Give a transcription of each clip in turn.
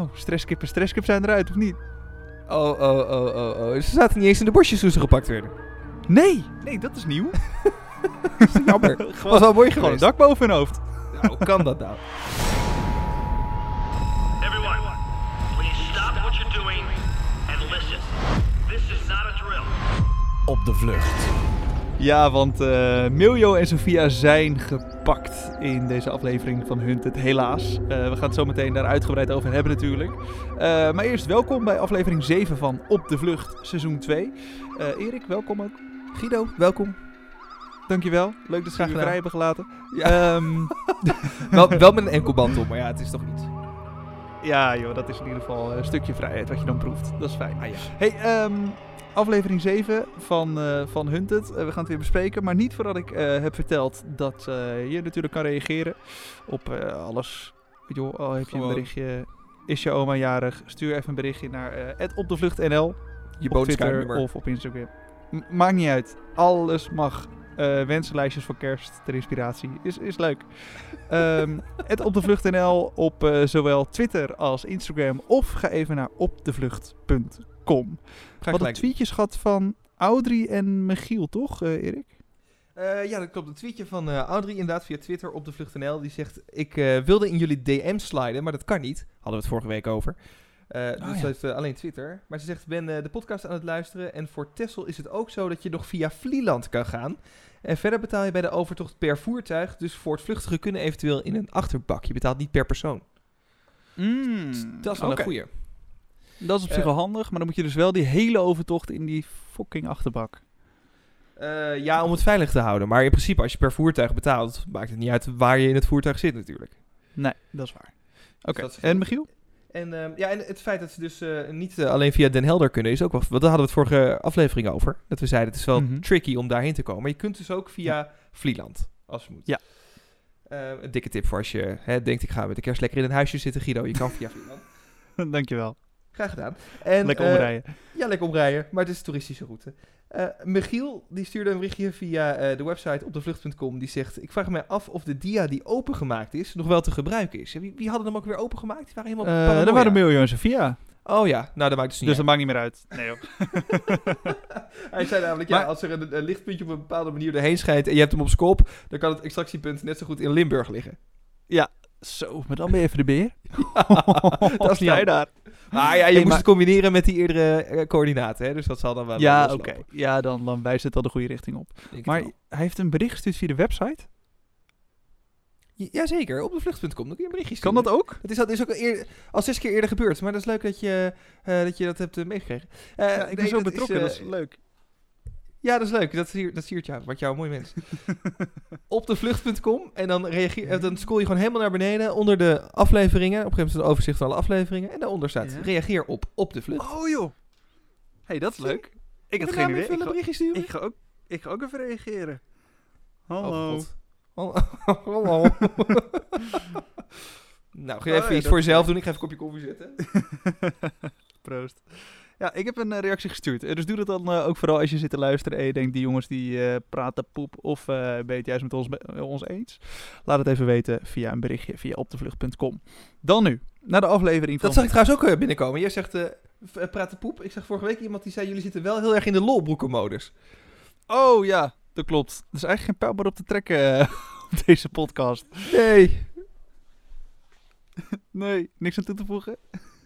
Nou, stresskip zijn eruit, of niet? Oh. Ze zaten niet eens in de bosjes toen ze gepakt werden. Nee, dat is nieuw. Jammer. Was wel mooi Gewoon een geweest. dak boven hun hoofd. Nou, hoe kan dat nou? Everyone, please stop what you're doing and listen. This is not a drill. Op de vlucht. Ja, want Miljo en Sofia zijn gepakt in deze aflevering van Hunted, helaas. We gaan het zo meteen daar uitgebreid over hebben natuurlijk. Maar eerst welkom bij aflevering 7 van Op de Vlucht, seizoen 2. Erik, welkom ook. Guido, welkom. Dankjewel. Leuk dat ze je Graag vrij hebben gelaten. Ja. Wel met een enkelband om, maar ja, het is toch iets. Ja joh, dat is in ieder geval een stukje vrijheid wat je dan proeft. Dat is fijn. Ah, ja. Hey, aflevering 7 van Hunted. We gaan het weer bespreken, maar niet voordat ik heb verteld dat je natuurlijk kan reageren op alles. Joh, heb je een berichtje, is je oma jarig? Stuur even een berichtje naar @opdevluchtnl. Je op Twitter bonuscard-nummer. of op Instagram. Maakt niet uit. Alles mag. Wensenlijstjes voor kerst ter inspiratie. Is leuk. @opdevlucht.nl op zowel Twitter als Instagram. Of ga even naar opdevlucht.com. We hadden tweetjes gehad van Audrey en Michiel, toch Erik? Ja, dat klopt. Een tweetje van Audrey inderdaad via Twitter op de vlucht.nl. Die zegt, ik wilde in jullie DM sliden, maar dat kan niet. Hadden we het vorige week over. Dus ze heeft alleen Twitter. Maar ze zegt, ik ben de podcast aan het luisteren. En voor Texel is het ook zo dat je nog via Vlieland kan gaan. En verder betaal je bij de overtocht per voertuig. Dus voor het vluchtige kunnen eventueel in een achterbak. Je betaalt niet per persoon. Dat is wel een goeie. Dat is op zich wel handig, maar dan moet je dus wel die hele overtocht in die fucking achterbak. Ja, om het veilig te houden. Maar in principe, als je per voertuig betaalt, maakt het niet uit waar je in het voertuig zit natuurlijk. Nee, dat is waar. Oké, Dus en Michiel? En het feit dat ze dus niet alleen via Den Helder kunnen is ook wel... Want daar hadden we het vorige aflevering over. Dat we zeiden, het is wel tricky om daarheen te komen. Maar je kunt dus ook via Vlieland, als het moet. Ja. Een dikke tip voor als je denkt, ik ga met de kerst lekker in een huisje zitten, Guido. Je kan via Vlieland. Dankjewel. Graag gedaan. En, lekker omrijden. Ja, lekker omrijden. Maar het is een toeristische route. Michiel, die stuurde een berichtje via de website opdevlucht.com. Die zegt, ik vraag me af of de dia die opengemaakt is, nog wel te gebruiken is. Wie hadden hem ook weer opengemaakt? Die waren helemaal paranoia. Dat waren Miljo en Sofia. Oh ja, nou dat maakt dus niet Dus dat maakt niet meer uit. Nee joh. Hij zei namelijk, ja, als er een lichtpuntje op een bepaalde manier erheen schijnt en je hebt hem op zijn kop, dan kan het extractiepunt net zo goed in Limburg liggen. Ja, zo, maar dan ben je even de beer. Dat is niet jij daar. Maar ja, je moest het combineren met die eerdere coördinaten, hè? Dus dat zal dan wel ja, loslopen. oké. Ja, dan wijst het al de goede richting op. Maar hij heeft een bericht gestuurd via de website? Jazeker, op de vlucht.com. Dan kun je een berichtje Kan sturen. dat ook? Het is ook al 6 keer eerder gebeurd, maar dat is leuk dat je dat hebt meegekregen. Ja, ik ben zo betrokken, dat is leuk. Ja, dat is leuk. Dat siert jou. Wat jou een mooi mens. Op de vlucht.com. En dan scroll je gewoon helemaal naar beneden onder de afleveringen. Op een gegeven moment is een overzicht van alle afleveringen. En daaronder staat reageer op de vlucht. Oh joh. Hey, dat is leuk. Ik had geen idee. Een berichtje sturen? Ik ga ook even reageren. Hallo. Hallo. Nou, ga je even iets voor jezelf doen. Ik ga even een kopje koffie zetten. Proost. Ja, ik heb een reactie gestuurd. Dus doe dat dan ook vooral als je zit te luisteren en je denkt, die jongens die praten poep of ben je het juist met ons eens. Laat het even weten via een berichtje via opdevlucht.com. Dan nu, naar de aflevering van... Dat zag ik trouwens ook binnenkomen. Jij zegt praten poep. Ik zag vorige week iemand die zei, jullie zitten wel heel erg in de lolbroekenmodus. Oh ja, dat klopt. Er is eigenlijk geen pijl meer op te trekken op deze podcast. Nee, niks aan toe te voegen.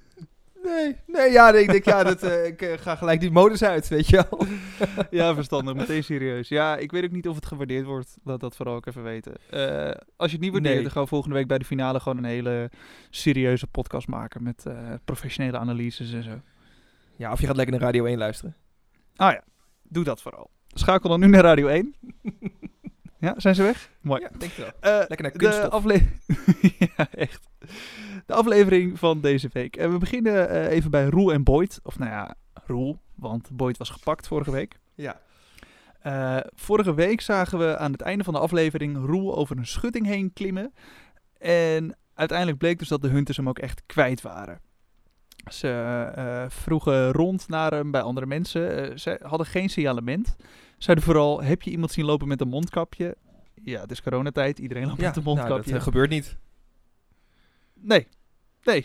Nee, ik denk, ik ga gelijk die modus uit, weet je wel. Ja, verstandig, meteen serieus. Ja, ik weet ook niet of het gewaardeerd wordt. Laat dat vooral ook even weten. Als je het niet waardeert, dan gaan we volgende week bij de finale gewoon een hele serieuze podcast maken met professionele analyses en zo. Ja, of je gaat lekker naar Radio 1 luisteren. Ah ja, doe dat vooral. Schakel dan nu naar Radio 1. Ja, zijn ze weg? Mooi. Ja, denk ik wel. Lekker naar kunststof. Ja, echt. De aflevering van deze week. En we beginnen even bij Roel en Boyd. Of nou ja, Roel, want Boyd was gepakt vorige week. Ja. Vorige week zagen we aan het einde van de aflevering Roel over een schutting heen klimmen. En uiteindelijk bleek dus dat de hunters hem ook echt kwijt waren. Ze vroegen rond naar hem bij andere mensen. Ze hadden geen signalement. Zeiden vooral, heb je iemand zien lopen met een mondkapje? Ja, het is coronatijd. Iedereen loopt met een mondkapje. Nou, dat gebeurt niet. Nee.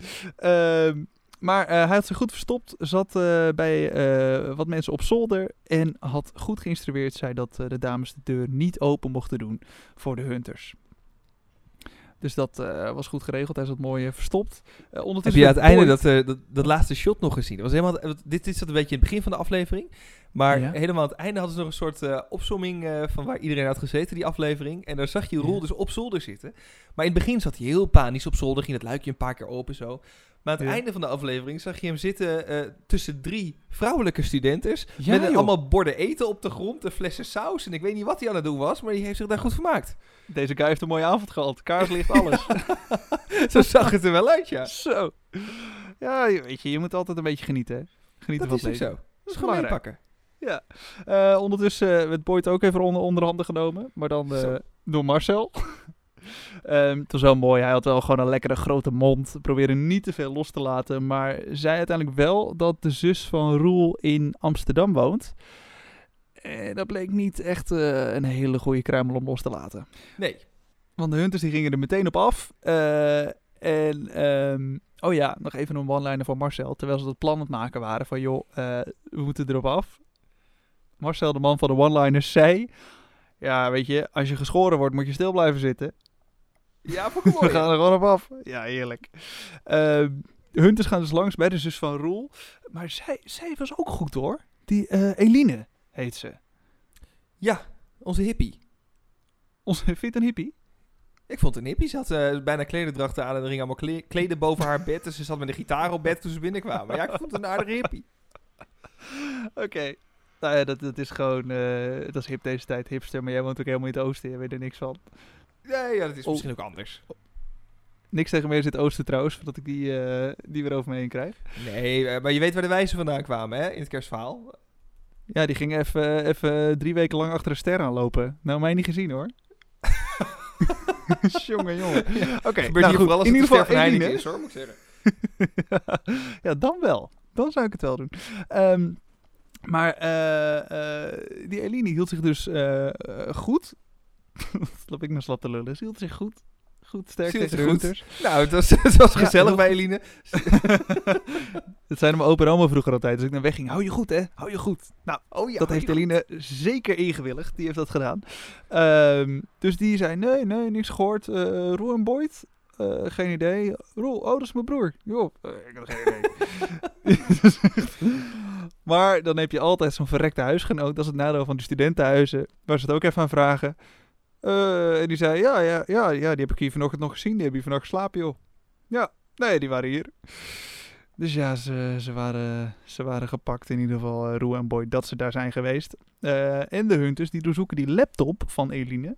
Maar hij had zich goed verstopt, zat bij wat mensen op zolder en had goed geïnstrueerd, zei dat de dames de deur niet open mochten doen voor de hunters. Dus dat was goed geregeld. Hij zat mooi verstopt. Heb je aan het einde dat laatste shot nog gezien? Dat was helemaal, dit zat een beetje in het begin van de aflevering. Maar helemaal aan het einde hadden ze nog een soort opsomming van waar iedereen had gezeten, die aflevering. En daar zag je Roel dus op zolder zitten. Maar in het begin zat hij heel panisch op zolder. Ging het luikje een paar keer open zo. Maar aan het einde van de aflevering zag je hem zitten tussen 3 vrouwelijke studentes. Met allemaal borden eten op de grond, een flessen saus. En ik weet niet wat hij aan het doen was, maar die heeft zich daar goed vermaakt. Deze guy heeft een mooie avond gehad. Kaarslicht, alles. Zo zag het er wel uit, ja. Zo. Ja, weet je moet altijd een beetje genieten. Hè? Genieten dat van het is ook zo. Dat is gewoon meepakken. Ja. Ondertussen werd Boyd ook even onder handen genomen. Maar dan door Marcel. Het was wel mooi. Hij had wel gewoon een lekkere grote mond. Probeerde niet te veel los te laten. Maar zei uiteindelijk wel dat de zus van Roel in Amsterdam woont. Dat bleek niet echt een hele goede kruimel om los te laten. Nee. Want de hunters die gingen er meteen op af. Nog even een one-liner van Marcel. Terwijl ze dat plan aan het maken waren van joh, we moeten erop af. Marcel, de man van de one-liners, zei... Ja, weet je, als je geschoren wordt, moet je stil blijven zitten. Ja, mooi. We gaan er gewoon op af. Ja, heerlijk. De hunters gaan dus langs bij de zus van Roel. Maar zij was ook goed hoor. Die Eline heet ze. Ja, onze hippie. Vind je het een hippie? Ik vond het een hippie. Ze had bijna klederdrachten aan en er ging allemaal kleden boven haar bed. Dus ze zat met een gitaar op bed toen ze binnenkwamen. Ja, ik vond het een aardige hippie. Oké. Nou ja, dat is gewoon... dat is hip deze tijd, hipster. Maar jij woont ook helemaal in het oosten. Je weet er niks van. Nee, ja, dat is misschien ook anders. Niks tegen meer zit oosten trouwens. Voordat ik die weer over me heen krijg. Nee, maar je weet waar de wijzen vandaan kwamen, hè? In het kerstverhaal. Ja, die gingen even 3 weken lang achter een ster aanlopen. Nou, mij niet gezien hoor. Jongen. Ja, Oké, gebeurt hier vooral als het de ster van Heineken is, hoor, moet ik zeggen. Ja, dan wel. Dan zou ik het wel doen. Maar die Eline hield zich dus goed. Dat heb ik nog slap te lullen. Ze hield zich goed. Goed, sterk tegen de hunters. Nou, het was gezellig bij Eline. Dat zei mijn opa en oma vroeger altijd. Als ik naar weg ging, hou je goed hè, hou je goed. Nou, dat heeft Eline zeker ingewilligd. Die heeft dat gedaan. Dus die zei, nee, niks gehoord. Roel en Boyd? Geen idee. Roel, dat is mijn broer. Joh, ik heb geen idee. Maar dan heb je altijd zo'n verrekte huisgenoot. Dat is het nadeel van de studentenhuizen. Waar ze het ook even aan vragen. En die zei, ja, die heb ik hier vanochtend nog gezien. Die hebben hier vannacht geslapen, joh. Ja, nee, die waren hier. Dus ja, ze waren gepakt in ieder geval, Roel en Boyd, dat ze daar zijn geweest. En de hunters, die doorzoeken die laptop van Eline.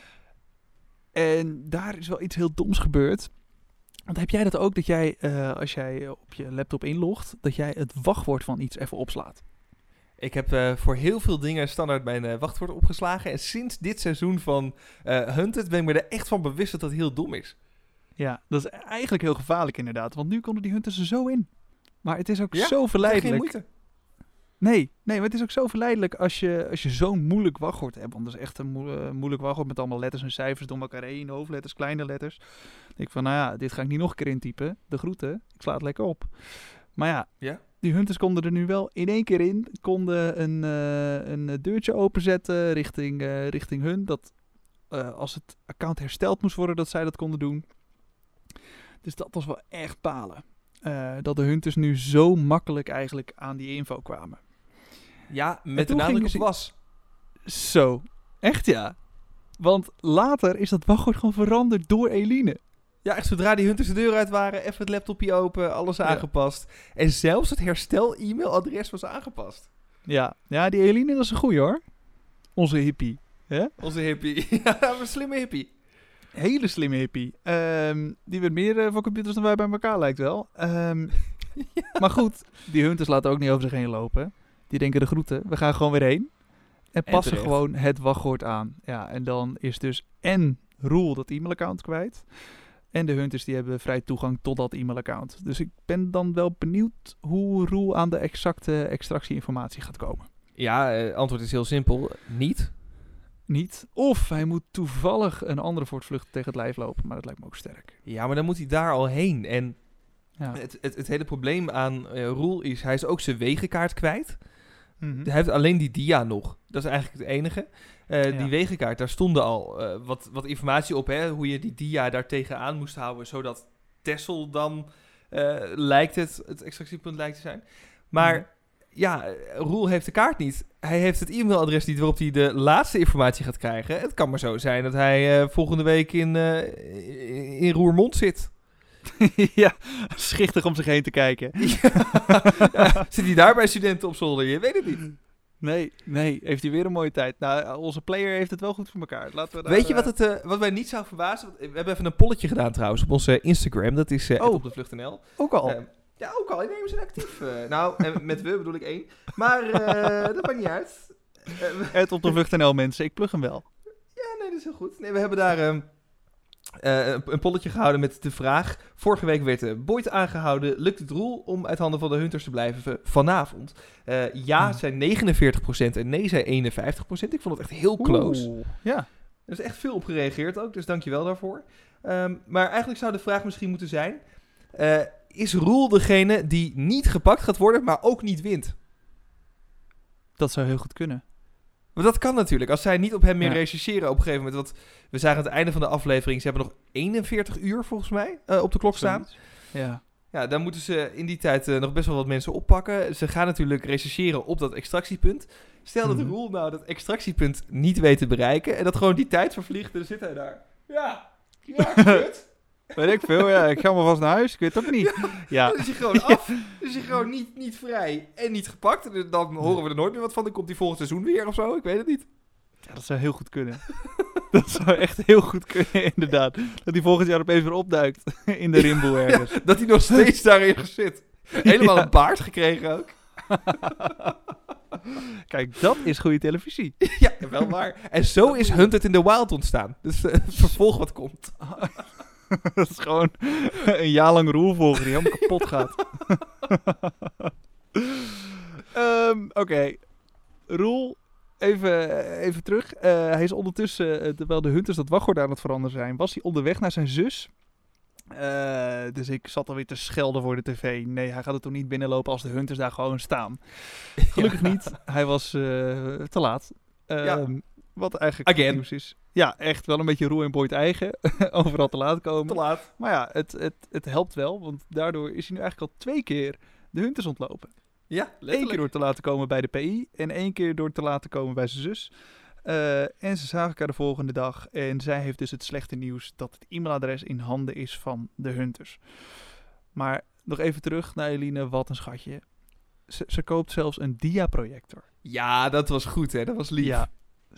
En daar is wel iets heel doms gebeurd. Want heb jij dat ook, dat jij, als jij op je laptop inlogt, dat jij het wachtwoord van iets even opslaat? Ik heb voor heel veel dingen standaard mijn wachtwoord opgeslagen. En sinds dit seizoen van Hunted ben ik me er echt van bewust dat dat heel dom is. Ja, dat is eigenlijk heel gevaarlijk inderdaad. Want nu konden die hunters er zo in. Maar het is ook zo verleidelijk. Geen moeite. Nee, maar het is ook zo verleidelijk als je zo'n moeilijk wachtwoord hebt. Want dat is echt een moeilijk wachtwoord met allemaal letters en cijfers door elkaar heen. Hoofdletters, kleine letters. Dan denk ik van, nou ja, dit ga ik niet nog een keer intypen. De groeten, ik sla het lekker op. Maar ja? Die hunters konden er nu wel in één keer in. Konden een deurtje openzetten richting hun. Dat als het account hersteld moest worden, dat zij dat konden doen. Dus dat was wel echt balen. Dat de hunters nu zo makkelijk eigenlijk aan die info kwamen. Ja, met de nadruk op was. Zo, echt ja. Want later is dat wachtwoord gewoon veranderd door Eline. Ja, echt zodra die hunters de deur uit waren, even het laptopje open, alles aangepast. En zelfs het herstel-e-mailadres was aangepast. Ja, die Eline, dat is een goeie hoor. Onze hippie. Hè? Onze hippie. Ja, een slimme hippie. Hele slimme hippie. Die weet meer van computers dan wij bij elkaar, lijkt wel. Maar goed, die hunters laten ook niet over zich heen lopen. Die denken de groeten, we gaan gewoon weer heen. En passen gewoon het wachtwoord aan. Ja, en dan is dus en Roel dat e-mailaccount kwijt. En de hunters die hebben vrij toegang tot dat e-mailaccount. Dus ik ben dan wel benieuwd hoe Roel aan de exacte extractieinformatie gaat komen. Ja, antwoord is heel simpel. Niet. Of hij moet toevallig een andere voortvlucht tegen het lijf lopen. Maar dat lijkt me ook sterk. Ja, maar dan moet hij daar al heen. En Ja. Het hele probleem aan Roel is, hij is ook zijn wegenkaart kwijt. Mhm. Hij heeft alleen die dia nog. Dat is eigenlijk het enige. Ja. Die wegenkaart, daar stonden al wat informatie op, hè, hoe je die dia daar tegenaan moest houden, zodat Texel dan lijkt het extractiepunt lijkt te zijn. Maar Mhm. ja, Roel heeft de kaart niet. Hij heeft het e-mailadres niet waarop hij de laatste informatie gaat krijgen. Het kan maar zo zijn dat hij volgende week in Roermond zit. Ja, schichtig om zich heen te kijken. Ja, zit hij daar bij studenten op zolder? Je weet het niet. Nee, heeft hij weer een mooie tijd. Nou, onze player heeft het wel goed voor elkaar. Laten we daar, Weet je wat mij niet zou verbazen? Want we hebben even een polletje gedaan trouwens op onze Instagram. Dat is @opdevlucht.nl. Ook al. Ja, ook al. Nee, we zijn actief. En met we bedoel ik 1. Maar dat maakt niet uit. Het op de vlucht.nl mensen, ik plug hem wel. Ja, nee, dat is heel goed. Nee, we hebben daar een polletje gehouden met de vraag. Vorige week werd Boyd aangehouden. Lukt het Roel om uit handen van de Hunters te blijven vanavond? Ja zei 49% en nee zei 51%. Ik vond het echt heel close. Oeh, ja. Er is echt veel op gereageerd ook, dus dankjewel daarvoor. Maar eigenlijk zou de vraag misschien moeten zijn... is Roel degene die niet gepakt gaat worden, maar ook niet wint? Dat zou heel goed kunnen. Want dat kan natuurlijk. Als zij niet op hem meer Ja. rechercheren op een gegeven moment. Want we zagen aan het einde van de aflevering... ze hebben nog 41 uur volgens mij op de klok staan. Zoiets. Ja. Ja, dan moeten ze in die tijd nog best wel wat mensen oppakken. Ze gaan natuurlijk rechercheren op dat extractiepunt. Stel dat Mhm. Roel nou dat extractiepunt niet weet te bereiken... en dat gewoon die tijd vervliegt en dan zit hij daar. Ja, kut. Weet ik veel, ja. Ik ga maar vast naar huis, ik weet het ook niet. Ja. Dan is hij gewoon af. Dan is hij gewoon niet vrij en niet gepakt. En dan horen we er nooit meer wat van. Dan komt hij volgend seizoen weer of zo. Ik weet het niet. Ja, dat zou heel goed kunnen. Dat zou echt heel goed kunnen, inderdaad. Dat hij volgend jaar opeens weer opduikt in de rimboe ergens. Dat hij nog steeds daarin zit. Helemaal Ja. een baard gekregen ook. Kijk, dat is goede televisie. Ja, wel waar. En zo is Hunted in the Wild ontstaan. Dus het vervolg wat komt. Dat is gewoon een jaar lang Roelvolger die helemaal kapot gaat. Oké. Roel, even terug. Hij is ondertussen, terwijl de Hunters dat wachtwoord aan het veranderen zijn, was hij onderweg naar zijn zus. Dus ik zat alweer te schelden voor de tv. Nee, hij gaat er toch niet binnenlopen als de Hunters daar gewoon staan. Gelukkig niet. Hij was te laat. Ja. Wat eigenlijk Again. nieuws is. Ja, echt wel een beetje Roel en Boyd eigen. Overal te laat komen. Te laat. Maar ja, het helpt wel. Want daardoor is hij nu eigenlijk al 2 keer de Hunters ontlopen. Ja, 1 keer letterlijk. door te laten komen bij de PI. En 1 keer door te laten komen bij zijn zus. En ze zagen elkaar de volgende dag. En zij heeft dus het slechte nieuws dat het e-mailadres in handen is van de Hunters. Maar nog even terug naar Eline. Wat een schatje. Ze koopt zelfs een diaprojector. Ja, dat was goed, hè. Dat was lief. Ja,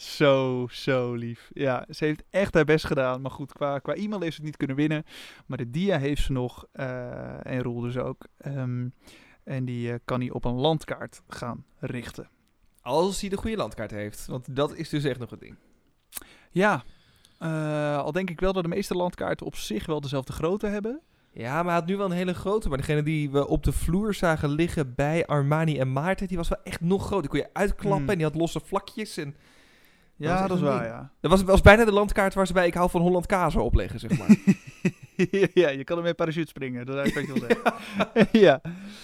zo lief. Ja, ze heeft echt haar best gedaan. Maar goed, qua e-mail heeft ze het niet kunnen winnen. Maar de dia heeft ze nog. En Roel dus ook. En die kan hij op een landkaart gaan richten. Als hij de goede landkaart heeft. Want dat is dus echt nog het ding. Ja, al denk ik wel dat de meeste landkaarten op zich wel dezelfde grootte hebben. Ja, maar hij had nu wel een hele grote. Maar degene die we op de vloer zagen liggen bij Armani en Maarten... die was wel echt nog groot. Die kon je uitklappen en die had losse vlakjes. En Ja, echt dat is een waar, ding. ja. Dat was bijna de landkaart waar ze bij Ik hou van Holland Kaas opleggen, zeg maar. Ja, je kan ermee parachute springen. Dat is wat je wel zeggen. Ja.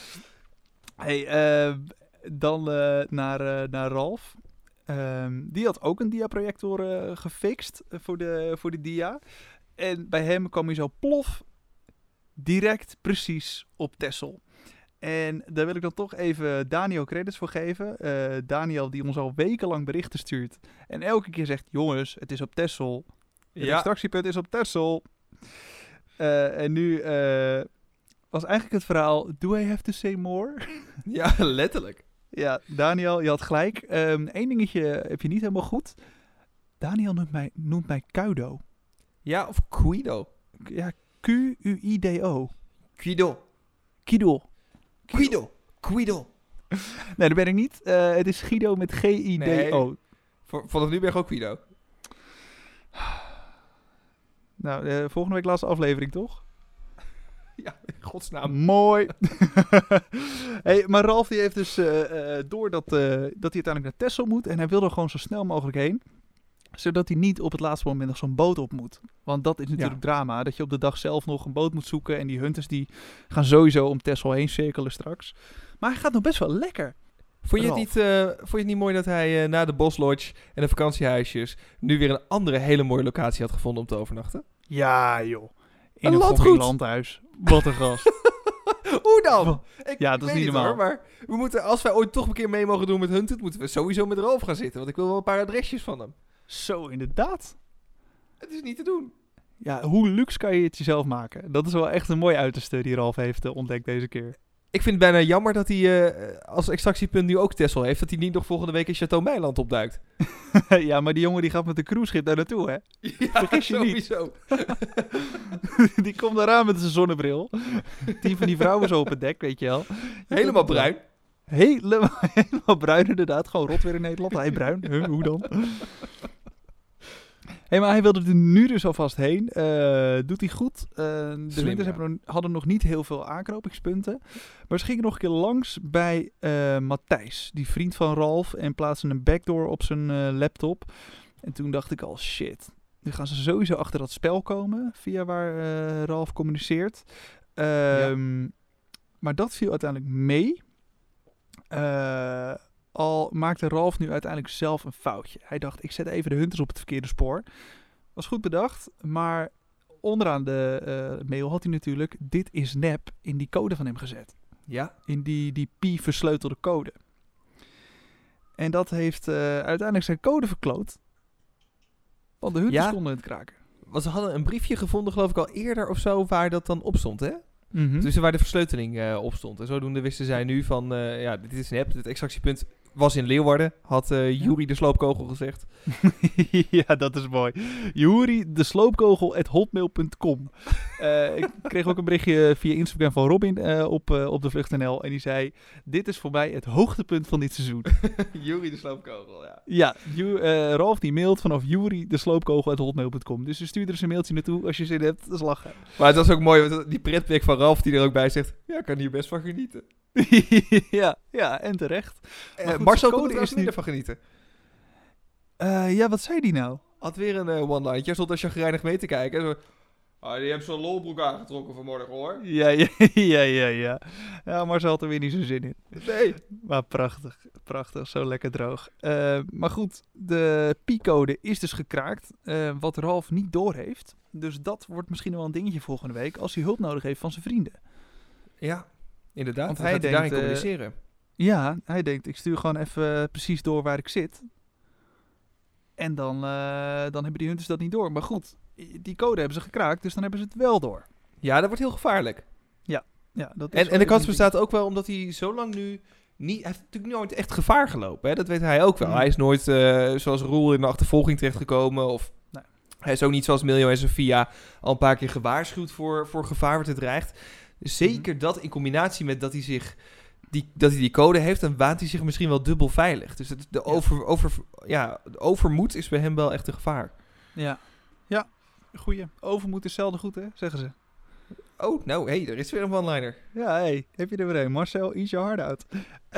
Hey, dan naar Ralf. Die had ook een diaprojector gefixt voor de dia. En bij hem kwam hij zo plof direct precies op Texel. En daar wil ik dan toch even Daniel credits voor geven. Daniel die ons al wekenlang berichten stuurt. En elke keer zegt, jongens, het is op Texel. Het extractiepunt is op Texel. En nu was eigenlijk het verhaal, do I have to say more? Ja, letterlijk. Ja, Daniel, je had gelijk. Eén dingetje heb je niet helemaal goed. Daniel noemt mij Kuido. Ja, of Guido. Ja, Q-U-I-D-O. Guido. Guido. Guido. Guido. Nee, dat ben ik niet. Het is Guido met G-I-D-O. Nee. Vanaf nu ben je gewoon Guido. Nou, volgende week laatste aflevering, toch? Ja, in godsnaam. Mooi. Hey, maar Ralf die heeft dus door dat hij uiteindelijk naar Texel moet. En hij wil er gewoon zo snel mogelijk heen. Zodat hij niet op het laatste moment nog zo'n boot op moet. Want dat is natuurlijk drama. Dat je op de dag zelf nog een boot moet zoeken. En die hunters die gaan sowieso om Texel heen cirkelen straks. Maar hij gaat nog best wel lekker. Vond je het niet mooi dat hij na de Boslodge en de vakantiehuisjes nu weer een andere hele mooie locatie had gevonden om te overnachten? Ja, joh. In Een een landgoed. fucking landhuis. Wat een gast. Hoe dan? Ja, dat is niet normaal. Hoor, maar we moeten, als wij ooit toch een keer mee mogen doen met Hunted, moeten we sowieso met Ralf gaan zitten. Want ik wil wel een paar adresjes van hem. Zo, inderdaad. Het is niet te doen. Ja, hoe luxe kan je het jezelf maken? Dat is wel echt een mooi uiterste die Ralf heeft ontdekt deze keer. Ik vind het bijna jammer dat hij als extractiepunt nu ook Texel heeft. Dat hij niet nog volgende week in Château Meiland opduikt. Ja, maar die jongen die gaat met een cruiseschip daar naartoe, hè? Ja, vergis je niet. sowieso. Die komt daaraan met zijn zonnebril. 10 van die vrouwen zo op het dek, weet je wel. Helemaal bruin. Helemaal bruin inderdaad. Gewoon rot weer in Nederland. Hij bruin. Huh, hoe dan? Maar hij wilde er nu dus alvast heen. Doet hij goed. De Slim, Hunters hadden nog niet heel veel aanknopingspunten. Maar ze gingen nog een keer langs bij Matthijs. Die vriend van Ralf. En plaatsen een backdoor op zijn laptop. En toen dacht ik al, shit. Nu gaan ze sowieso achter dat spel komen. Via waar Ralf communiceert. Maar dat viel uiteindelijk mee. Al maakte Ralf nu uiteindelijk zelf een foutje. Hij dacht, ik zet even de Hunters op het verkeerde spoor. Was goed bedacht, maar onderaan de mail had hij natuurlijk dit is nep in die code van hem gezet. Ja. In die pi-versleutelde code. En dat heeft uiteindelijk zijn code verkloot. Want de Hunters konden het kraken. Want ze hadden een briefje gevonden, geloof ik al eerder of zo, waar dat dan op stond, hè? Mm-hmm. Dus waar de versleuteling op stond. En zodoende wisten zij nu van, dit is nep. Het extractiepunt was in Leeuwarden, had Juri de Sloopkogel gezegd. Ja, dat is mooi. Juri de Sloopkogel@hotmail.com. Ik kreeg ook een berichtje via Instagram van Robin op de Vlucht.nl. En die zei, dit is voor mij het hoogtepunt van dit seizoen. Juri de Sloopkogel, ja. Ja, Ralf die mailt vanaf Juri de Sloopkogel@hotmail.com. Dus stuur er eens een mailtje naartoe als je zin hebt. Dat is lachen. Maar het was ook mooi, want die pretplek van Ralf die er ook bij zegt, ja, ik kan hier best van genieten. ja, en terecht. Goed, Marcel kon er minder van genieten. Ja, wat zei die nou? Had weer een one-line'tje, stond als chagrijnig mee te kijken. Zo, die heeft zo'n lolbroek aangetrokken vanmorgen, hoor. Ja. Ja, Marcel had er weer niet zo zin in. Nee. Maar prachtig, zo lekker droog. Maar goed, de pi-code is dus gekraakt, wat Ralf niet doorheeft. Dus dat wordt misschien wel een dingetje volgende week, als hij hulp nodig heeft van zijn vrienden. Ja, inderdaad. Want hij hij denkt, daarin denkt, communiceren. Ja, hij denkt, ik stuur gewoon even precies door waar ik zit. En dan hebben die Hunters dat niet door. Maar goed, die code hebben ze gekraakt, dus dan hebben ze het wel door. Ja, dat wordt heel gevaarlijk. Ja, dat is en de kans bestaat ook wel omdat hij zo lang nu niet... Hij heeft natuurlijk nooit echt gevaar gelopen, hè? Dat weet hij ook wel. Hij is nooit zoals Roel in de achtervolging terechtgekomen of... Nee. Hij is ook niet zoals Miljo en Sofia al een paar keer gewaarschuwd voor gevaar wat het dreigt. Zeker dat in combinatie met dat hij die code heeft, dan waant hij zich misschien wel dubbel veilig. Dus de overmoed is bij hem wel echt een gevaar. Ja, goeie. Overmoed is zelden goed, hè, zeggen ze. Oh, nou, er is weer een one-liner. Ja, heb je er weer een. Marcel, eat your heart out.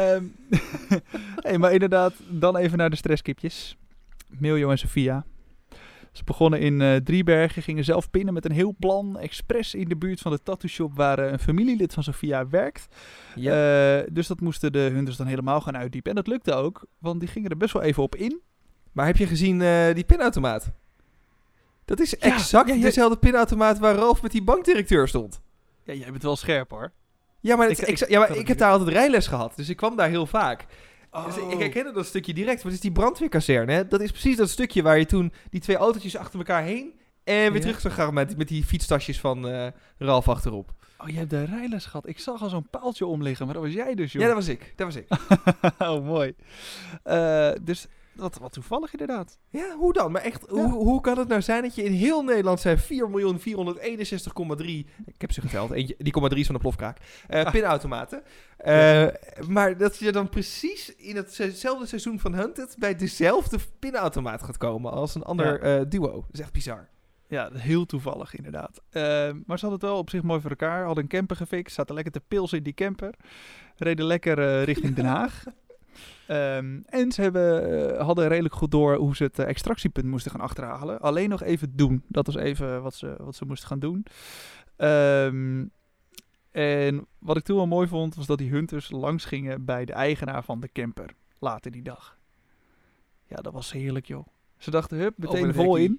Maar inderdaad, dan even naar de stresskipjes. Miljo en Sofia. Ze begonnen in Driebergen, gingen zelf pinnen met een heel plan. Expres in de buurt van de tattoo shop waar een familielid van Sofia werkt. Ja. Dus dat moesten de Hunters dan helemaal gaan uitdiepen. En dat lukte ook, want die gingen er best wel even op in. Maar heb je gezien die pinautomaat? Dat is exact dezelfde pinautomaat waar Ralf met die bankdirecteur stond. Ja, jij bent wel scherp, hoor. Ja, maar ik heb daar altijd rijles gehad, dus ik kwam daar heel vaak. Oh. Dus ik herkende dat stukje direct. Maar het is die brandweerkazerne, hè? Dat is precies dat stukje waar je toen die twee autootjes achter elkaar heen en weer terug zou gaan met die fietstasjes van Ralf achterop. Oh, je hebt de rijles gehad. Ik zag al zo'n paaltje omliggen, maar dat was jij dus, joh. Ja, dat was ik. Oh, mooi. Dus wat toevallig inderdaad. Ja, hoe dan? Maar echt, hoe kan het nou zijn dat je in heel Nederland zijn 4.461,3... Ik heb ze geteld. Eentje, die 0,3 is van de plofkraak. Pinautomaten. Maar dat je dan precies in hetzelfde seizoen van Hunted bij dezelfde pinautomaat gaat komen als een ander duo. Dat is echt bizar. Ja, heel toevallig inderdaad. Maar ze hadden het wel op zich mooi voor elkaar. Hadden een camper gefixt. Zaten lekker te pilsen in die camper. Reden lekker richting Den Haag. En ze hadden redelijk goed door hoe ze het extractiepunt moesten gaan achterhalen. Alleen nog even doen. Dat was even wat ze moesten gaan doen. En wat ik toen wel mooi vond, was dat die hunters langs gingen bij de eigenaar van de camper. Later die dag. Ja, dat was heerlijk, joh. Ze dachten, hup, meteen vol in.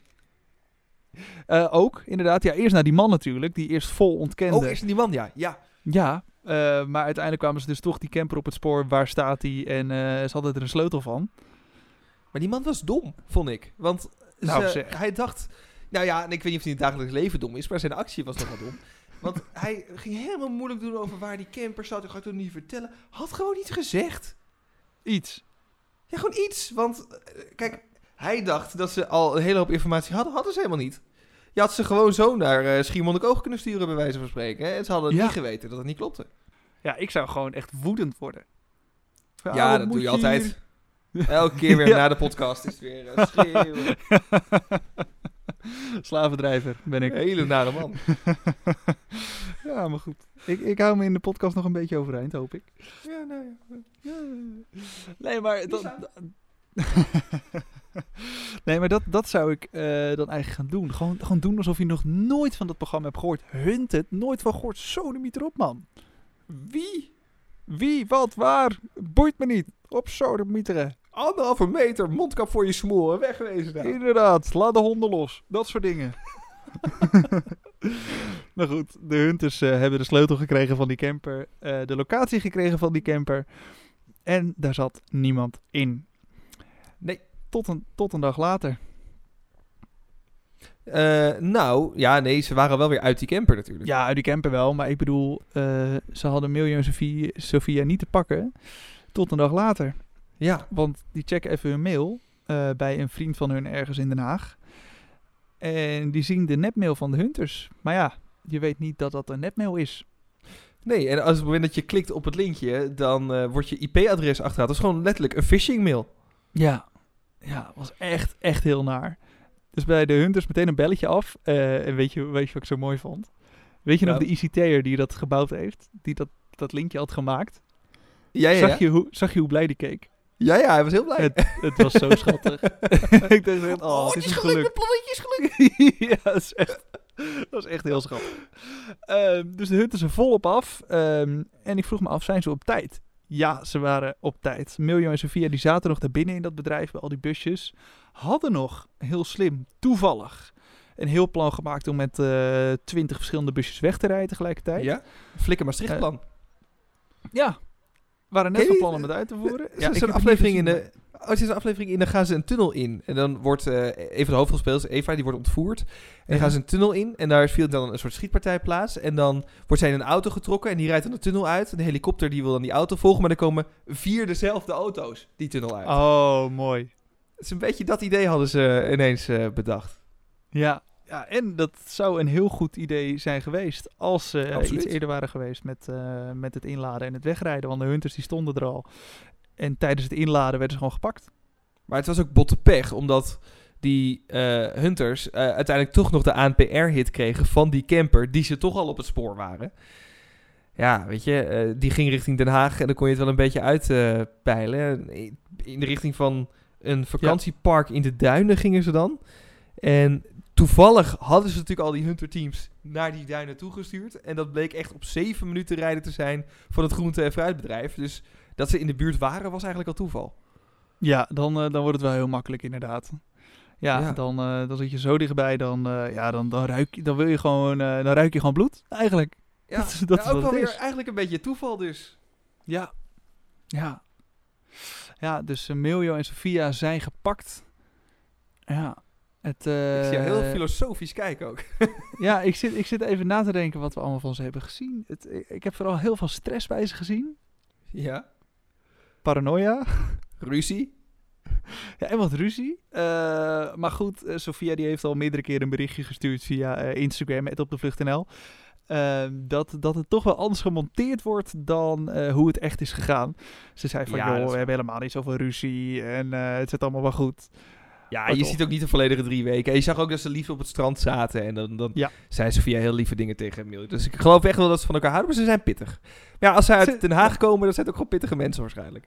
Ook, inderdaad. Ja, eerst naar die man natuurlijk, die eerst vol ontkende. Oh, eerst die man, ja. Ja, maar uiteindelijk kwamen ze dus toch die camper op het spoor. Waar staat hij? En ze hadden er een sleutel van. Maar die man was dom, vond ik. Want hij dacht... Nou ja, en ik weet niet of hij in het dagelijks leven dom is, maar zijn actie was nogal dom. Want hij ging helemaal moeilijk doen over waar die camper zat. Dat ga ik toch niet vertellen. Had gewoon iets gezegd. Iets. Ja, gewoon iets. Want, kijk, hij dacht dat ze al een hele hoop informatie hadden. Hadden ze helemaal niet. Je had ze gewoon zo naar Schiermonnikoog kunnen sturen, bij wijze van spreken. Hè? En ze hadden niet geweten dat het niet klopte. Ja, ik zou gewoon echt woedend worden. Ja, dat doe je altijd. Elke keer weer na de podcast is het weer schreeuwen. Slavendrijver ben ik. Een hele nare man. Ja, maar goed. Ik hou me in de podcast nog een beetje overeind, hoop ik. Ja, nou ja. Nee, maar... Nee, maar dat zou ik dan eigenlijk gaan doen. Gewoon doen alsof je nog nooit van dat programma hebt gehoord. Hunted, nooit van gehoord. Sodemiet erop, man. Wie, wat, waar? Boeit me niet. Op sodemieteren. 1,5 meter, mondkap voor je smoel. Wegwezen daar. Inderdaad, laat de honden los. Dat soort dingen. Maar goed, de hunters hebben de sleutel gekregen van die camper. De locatie gekregen van die camper. En daar zat niemand in. Nee. Tot een dag later. Ze waren wel weer uit die camper natuurlijk. Ja, uit die camper wel. Maar ik bedoel, ze hadden Miljo en Sofia niet te pakken. Tot een dag later. Ja. Want die checken even hun mail bij een vriend van hun ergens in Den Haag. En die zien de nepmail van de hunters. Maar ja, je weet niet dat dat een nepmail is. Nee, en als op het moment dat je klikt op het linkje, dan wordt je IP-adres achterhaald. Dat is gewoon letterlijk een phishing mail. Ja, was echt heel naar. Dus bij de hunters meteen een belletje af. En weet je wat ik zo mooi vond? Weet je nog de ICT'er die dat gebouwd heeft? Die dat linkje had gemaakt? Ja. Zag je hoe blij die keek? Ja, hij was heel blij. Het was zo schattig. Ik dacht echt, het is een geluk. Het plannetje is gelukt. Ja, dat was echt heel schattig. Dus de hunters er volop af. En ik vroeg me af, zijn ze op tijd? Ja, ze waren op tijd. Miljo en Sofia die zaten nog daar binnen in dat bedrijf bij al die busjes. Hadden nog, heel slim, toevallig, een heel plan gemaakt om met 20 verschillende busjes weg te rijden tegelijkertijd. Ja, Flikker Maastricht-plan. Ja, waren net van plan om het uit te voeren. Ja, er is een aflevering in, dan gaan ze een tunnel in. En dan wordt een van de hoofdrolspelers, Eva, die wordt ontvoerd. En dan gaan ze een tunnel in. En daar vindt dan een soort schietpartij plaats. En dan wordt zij in een auto getrokken. En die rijdt dan de tunnel uit. En de helikopter die wil dan die auto volgen. Maar er komen 4 dezelfde auto's die tunnel uit. Oh, mooi. Het is een beetje dat idee hadden ze ineens bedacht. Ja, en dat zou een heel goed idee zijn geweest als ze iets eerder waren geweest met het inladen en het wegrijden. Want de hunters die stonden er al. En tijdens het inladen werden ze gewoon gepakt. Maar het was ook botte pech, omdat die hunters uiteindelijk toch nog de ANPR-hit kregen van die camper, die ze toch al op het spoor waren. Ja, weet je, die ging richting Den Haag en dan kon je het wel een beetje uitpeilen. In de richting van een vakantiepark in de duinen gingen ze dan. En toevallig hadden ze natuurlijk al die hunterteams naar die duinen toegestuurd. En dat bleek echt op 7 minuten rijden te zijn van het groente- en fruitbedrijf. Dus dat ze in de buurt waren, was eigenlijk al toeval. Ja, dan wordt het wel heel makkelijk inderdaad. Ja. Dan zit je zo dichtbij, dan ruik je gewoon bloed, eigenlijk. Ja, dat is ook wel weer eigenlijk een beetje toeval dus. Ja. Ja, dus Miljo en Sofia zijn gepakt. Ja. Ik zie heel filosofisch kijken ook. Ja, ik zit even na te denken wat we allemaal van ze hebben gezien. Ik heb vooral heel veel stress bij ze gezien. Ja. Paranoia. Ruzie. Ja, en wat ruzie. Maar goed, Sofia die heeft al meerdere keren een berichtje gestuurd via Instagram, @opdevlucht.nl. Dat het toch wel anders gemonteerd wordt dan hoe het echt is gegaan. Ze zei van, we hebben helemaal niet zoveel ruzie en het zit allemaal wel goed. Ja, je ziet ook niet de volledige 3 weken. En je zag ook dat ze lief op het strand zaten. En dan zei Sofia heel lieve dingen tegen Miljo. Dus ik geloof echt wel dat ze van elkaar houden, maar ze zijn pittig. Ja, als ze uit Den Haag komen, dan zijn het ook gewoon pittige mensen waarschijnlijk.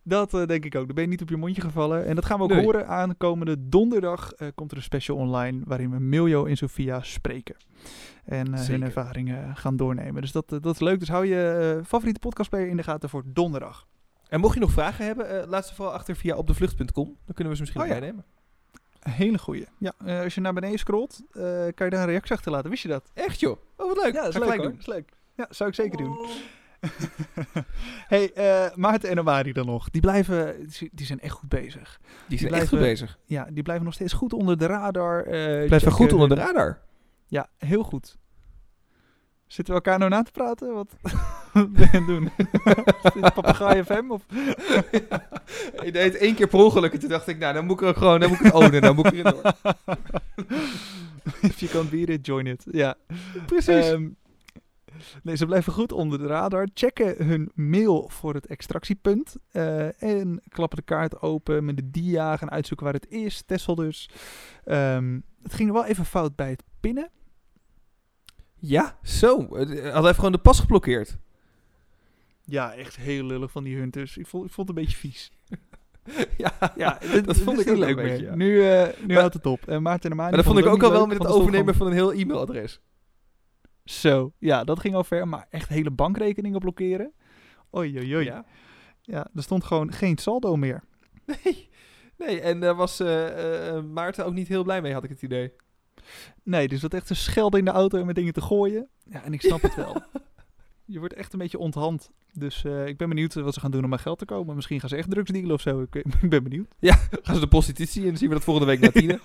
Dat denk ik ook. Dan ben je niet op je mondje gevallen. En dat gaan we ook Nee. horen. Aankomende donderdag komt er een special online waarin we Miljo en Sofia spreken. En hun Zeker. ervaringen gaan doornemen. Dus dat is leuk. Dus hou je favoriete podcastplayer in de gaten voor donderdag. En mocht je nog vragen hebben, laat ze vooral achter via opdevlucht.com. Dan kunnen we ze misschien Oh ja. meenemen. Een hele goeie. Ja, als je naar beneden scrolt, kan je daar een reactie achterlaten. Wist je dat? Echt joh? Oh, wat leuk. Ja, dat is Ga ik leuk gelijk hoor. doen. Dat is leuk. Ja, zou ik zeker doen. Hey, Maarten en Amari dan nog. Die zijn echt goed bezig. Die zijn blijven- echt goed bezig. Ja, die blijven nog steeds goed onder de radar. Blijven checken goed onder de hun- radar. Ja, heel goed. Zitten we elkaar nou na te praten? Wat ben je aan het doen? Is dit Papegaai FM? Of? Ik deed het 1 keer per ongeluk en toen dacht ik, nou, dan moet ik er gewoon, dan moet ik het ownen, dan moet ik erin door. If you can't beat it, join it. Ja, Precies. Nee, ze blijven goed onder de radar. Checken hun mail voor het extractiepunt. En klappen de kaart open met de dia. Gaan uitzoeken waar het is. Tessel dus. Het ging wel even fout bij het pinnen. Ja, zo. Had even gewoon de pas geblokkeerd. Ja, echt heel lullig van die hunters. Ik vond het een beetje vies. Ja, Ja, dat vond ik niet ook leuk een meer. beetje, ja. Nu houdt het op. En Maarten en Amani maar dat vond ik ook al wel met het overnemen overnemen van een heel e-mailadres. Zo, ja, dat ging al ver. Maar echt hele bankrekeningen blokkeren. Oei, oei, oei. Ja. Ja, er stond gewoon geen saldo meer. Nee, en daar was Maarten ook niet heel blij mee, had ik het idee. Nee, dus dat echt te schelden in de auto en met dingen te gooien. Ja, en ik snap het wel. Je wordt echt een beetje onthand. Dus ik ben benieuwd wat ze gaan doen om aan geld te komen. Misschien gaan ze echt drugs dealen of zo. Ik ben benieuwd. Gaan ze de prostitutie in, zien we dat volgende week na 10.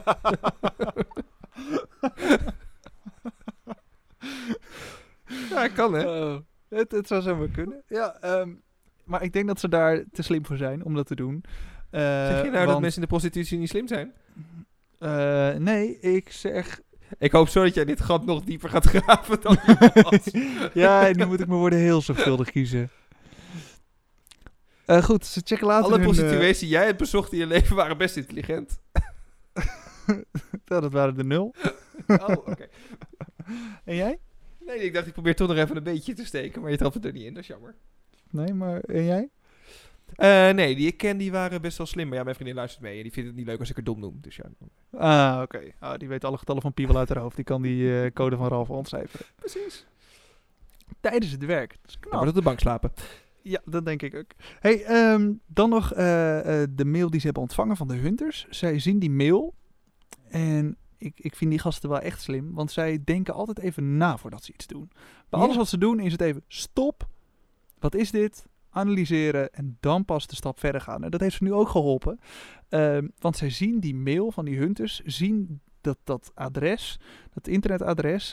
Ja, kan hè. Het zou zomaar kunnen. Ja, maar ik denk dat ze daar te slim voor zijn om dat te doen. Zeg je nou dat mensen in de prostitutie niet slim zijn? Nee, ik zeg... Ik hoop zo dat jij dit gat nog dieper gaat graven dan je was. Ja, nu moet ik mijn woorden heel zorgvuldig kiezen. Goed, ze checken later Alle hun, prostituees die jij hebt bezocht in je leven waren best intelligent. ja, dat waren er 0. Oh, oké. En jij? Nee, ik dacht ik probeer toch nog even een beetje te steken, maar je trapt het er niet in, dat is jammer. Nee, maar en jij? Nee, die ik ken, die waren best wel slim. Maar ja, mijn vriendin luistert mee en die vindt het niet leuk als ik er dom noem. Dus ja. Ah, oké. Die weet alle getallen van Pi wel uit haar hoofd. Die kan die code van Ralph ontcijferen. Precies. Tijdens het werk. Dat is Dan knap. wordt het op de bank slapen. Ja, dat denk ik ook. Hey, dan nog de mail die ze hebben ontvangen van de hunters. Zij zien die mail en ik vind die gasten wel echt slim. Want zij denken altijd even na voordat ze iets doen. Bij Ja. alles wat ze doen is het even stop. Wat is dit? Analyseren en dan pas de stap verder gaan. En dat heeft ze nu ook geholpen. Want zij zien die mail van die hunters, zien dat adres, dat internetadres,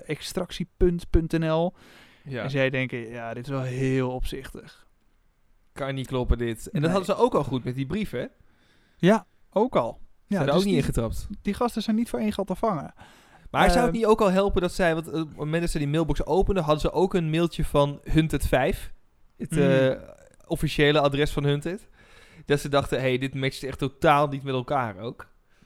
extractiepunt.nl. Ja. En zij denken, ja, dit is wel heel opzichtig. Kan niet kloppen dit. En dat Nee. hadden ze ook al goed met die brief, hè? Ja, ook al. Ja, Zijn er dus ook niet die, ingetrapt. die gasten zijn niet voor één gat te vangen. Maar zou het niet ook al helpen dat zij... Want op het moment dat ze die mailbox openden, hadden ze ook een mailtje van Hunted 5. Het officiële adres van Hunted. Dat ze dachten, hey, dit matcht echt totaal niet met elkaar ook.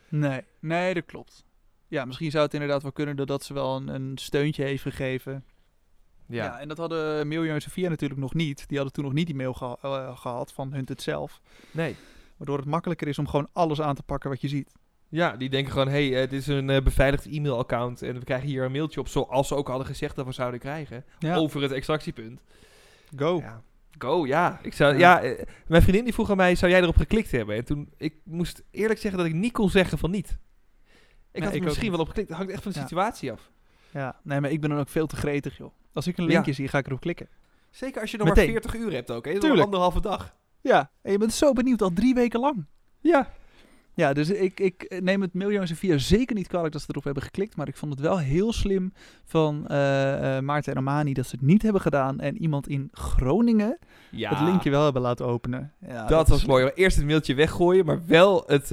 Nee, dat klopt. Ja, misschien zou het inderdaad wel kunnen doordat ze wel een steuntje heeft gegeven. Ja, en dat hadden Miljo en Sofia natuurlijk nog niet. Die hadden toen nog niet die mail gehad van Hunted zelf. Nee. Waardoor het makkelijker is om gewoon alles aan te pakken wat je ziet. Ja, die denken gewoon, hey, dit is een beveiligd e-mailaccount en we krijgen hier een mailtje op, zoals ze ook hadden gezegd dat we zouden krijgen, Ja. over het extractiepunt. Go. Ja. Go, ja. Mijn vriendin die vroeg aan mij, zou jij erop geklikt hebben? En toen, ik moest eerlijk zeggen dat ik niet kon zeggen van niet. Ik had er ik misschien ook wel op geklikt, dat hangt echt van de Ja. situatie af. Ja, nee, maar ik ben dan ook veel te gretig, joh. Als ik een linkje zie, ga ik erop klikken. Zeker als je nog Meteen. maar 40 uur hebt ook, hè? Dat is Tuurlijk. nog 1,5 dag. Ja, en je bent zo benieuwd al 3 weken lang. Ja. Ja, dus ik neem het Miljo en Sofia zeker niet kwalijk dat ze erop hebben geklikt. Maar ik vond het wel heel slim van Maarten en Amani dat ze het niet hebben gedaan. En iemand in Groningen het linkje wel hebben laten openen. Ja, dat was mooi. Eerst het mailtje weggooien, maar wel het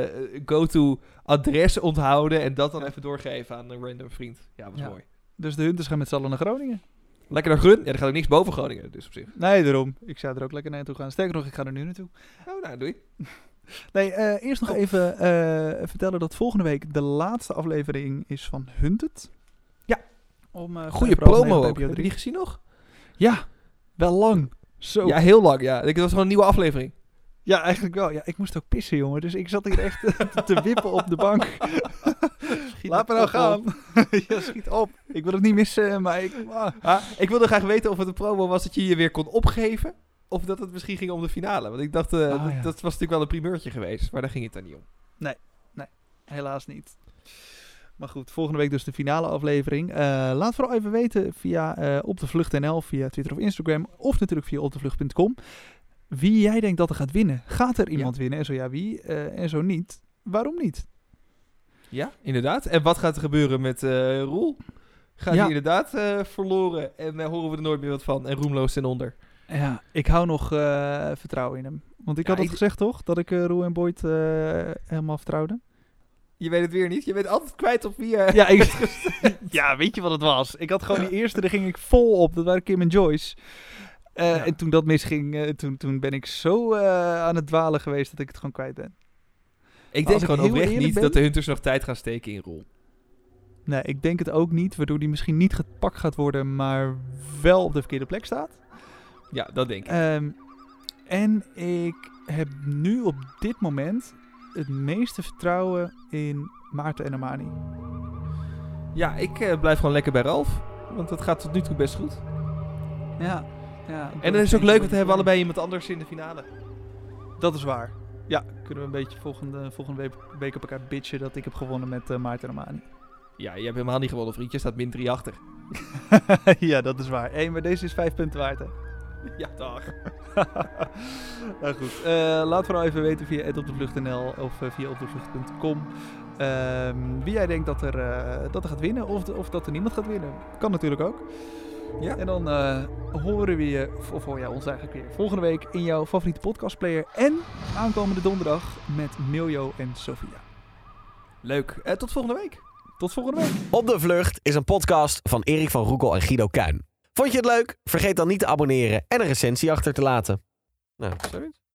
go-to adres onthouden en dat dan even doorgeven aan een random vriend. Ja, dat was Ja. mooi. Dus de hunters gaan met z'n allen naar Groningen. Lekker naar Grun. Ja, er gaat ook niks boven Groningen, dus op zich. Nee, daarom. Ik zou er ook lekker naartoe gaan. Sterker nog, ik ga er nu naartoe. Oh, nou, doei. Nee, eerst nog even vertellen dat volgende week de laatste aflevering is van Hunted. Ja. Om, Goeie 5 over 9 promo op ook. NPO Heb je 3. die gezien nog? Ja, wel lang. Zo. Ja, heel lang, ja. Het was gewoon een nieuwe aflevering. Ja, eigenlijk wel. Ja, ik moest ook pissen, jongen. Dus ik zat hier echt te wippen op de bank. Laat me nou gaan. Ja, schiet op. Ik wil het niet missen, maar ik wilde graag weten of het een promo was dat je je weer kon opgeven. Of dat het misschien ging om de finale. Want ik dacht, dat was natuurlijk wel een primeurtje geweest. Maar daar ging het dan niet om. Nee, helaas niet. Maar goed, volgende week dus de finale aflevering. Laat vooral even weten via Op de Vlucht NL, via Twitter of Instagram. Of natuurlijk via opdevlucht.com. Wie jij denkt dat er gaat winnen. Gaat er iemand winnen? En zo ja, wie? En zo niet. Waarom niet? Ja, inderdaad. En wat gaat er gebeuren met Roel? Gaat hij inderdaad verloren en horen we er nooit meer wat van. En roemloos ten onder. Ja, ik hou nog vertrouwen in hem. Want ik had het gezegd toch? Dat ik Roel en Boyd helemaal vertrouwde. Je weet het weer niet. Je bent altijd kwijt op wie ja, weet je wat het was? Ik had gewoon die eerste, daar ging ik vol op. Dat waren Kim en Joyce. En toen dat misging, toen ben ik zo aan het dwalen geweest dat ik het gewoon kwijt ben. Ik denk gewoon oprecht niet dat de Hunters nog tijd gaan steken in Roel. Nee, ik denk het ook niet. Waardoor die misschien niet gepakt gaat worden, maar wel op de verkeerde plek staat. Ja, dat denk ik. En ik heb nu op dit moment het meeste vertrouwen in Maarten en Amani. Ja, ik blijf gewoon lekker bij Ralf. Want dat gaat tot nu toe best goed. Ja. En het is ook leuk, want we hebben allebei iemand anders in de finale. Dat is waar. Ja, kunnen we een beetje volgende week op elkaar bitchen dat ik heb gewonnen met Maarten en Amani. Ja, je hebt helemaal niet gewonnen, vriendje. Je staat min 3 achter. Ja, dat is waar. Hey, maar deze is 5 punten waard, hè? Ja, dag. Nou goed, laat vooral even weten via @opdevlucht.nl of via opdevlucht.com wie jij denkt dat er gaat winnen of dat er niemand gaat winnen. Kan natuurlijk ook. Ja. En dan horen we je, of hoor jij ons eigenlijk weer volgende week in jouw favoriete podcastplayer en aankomende donderdag met Miljo en Sofia. Leuk. Tot volgende week. Tot volgende week. Op de Vlucht is een podcast van Erik van Roekel en Guido Kuin. Vond je het leuk? Vergeet dan niet te abonneren en een recensie achter te laten. Nou, zoiets.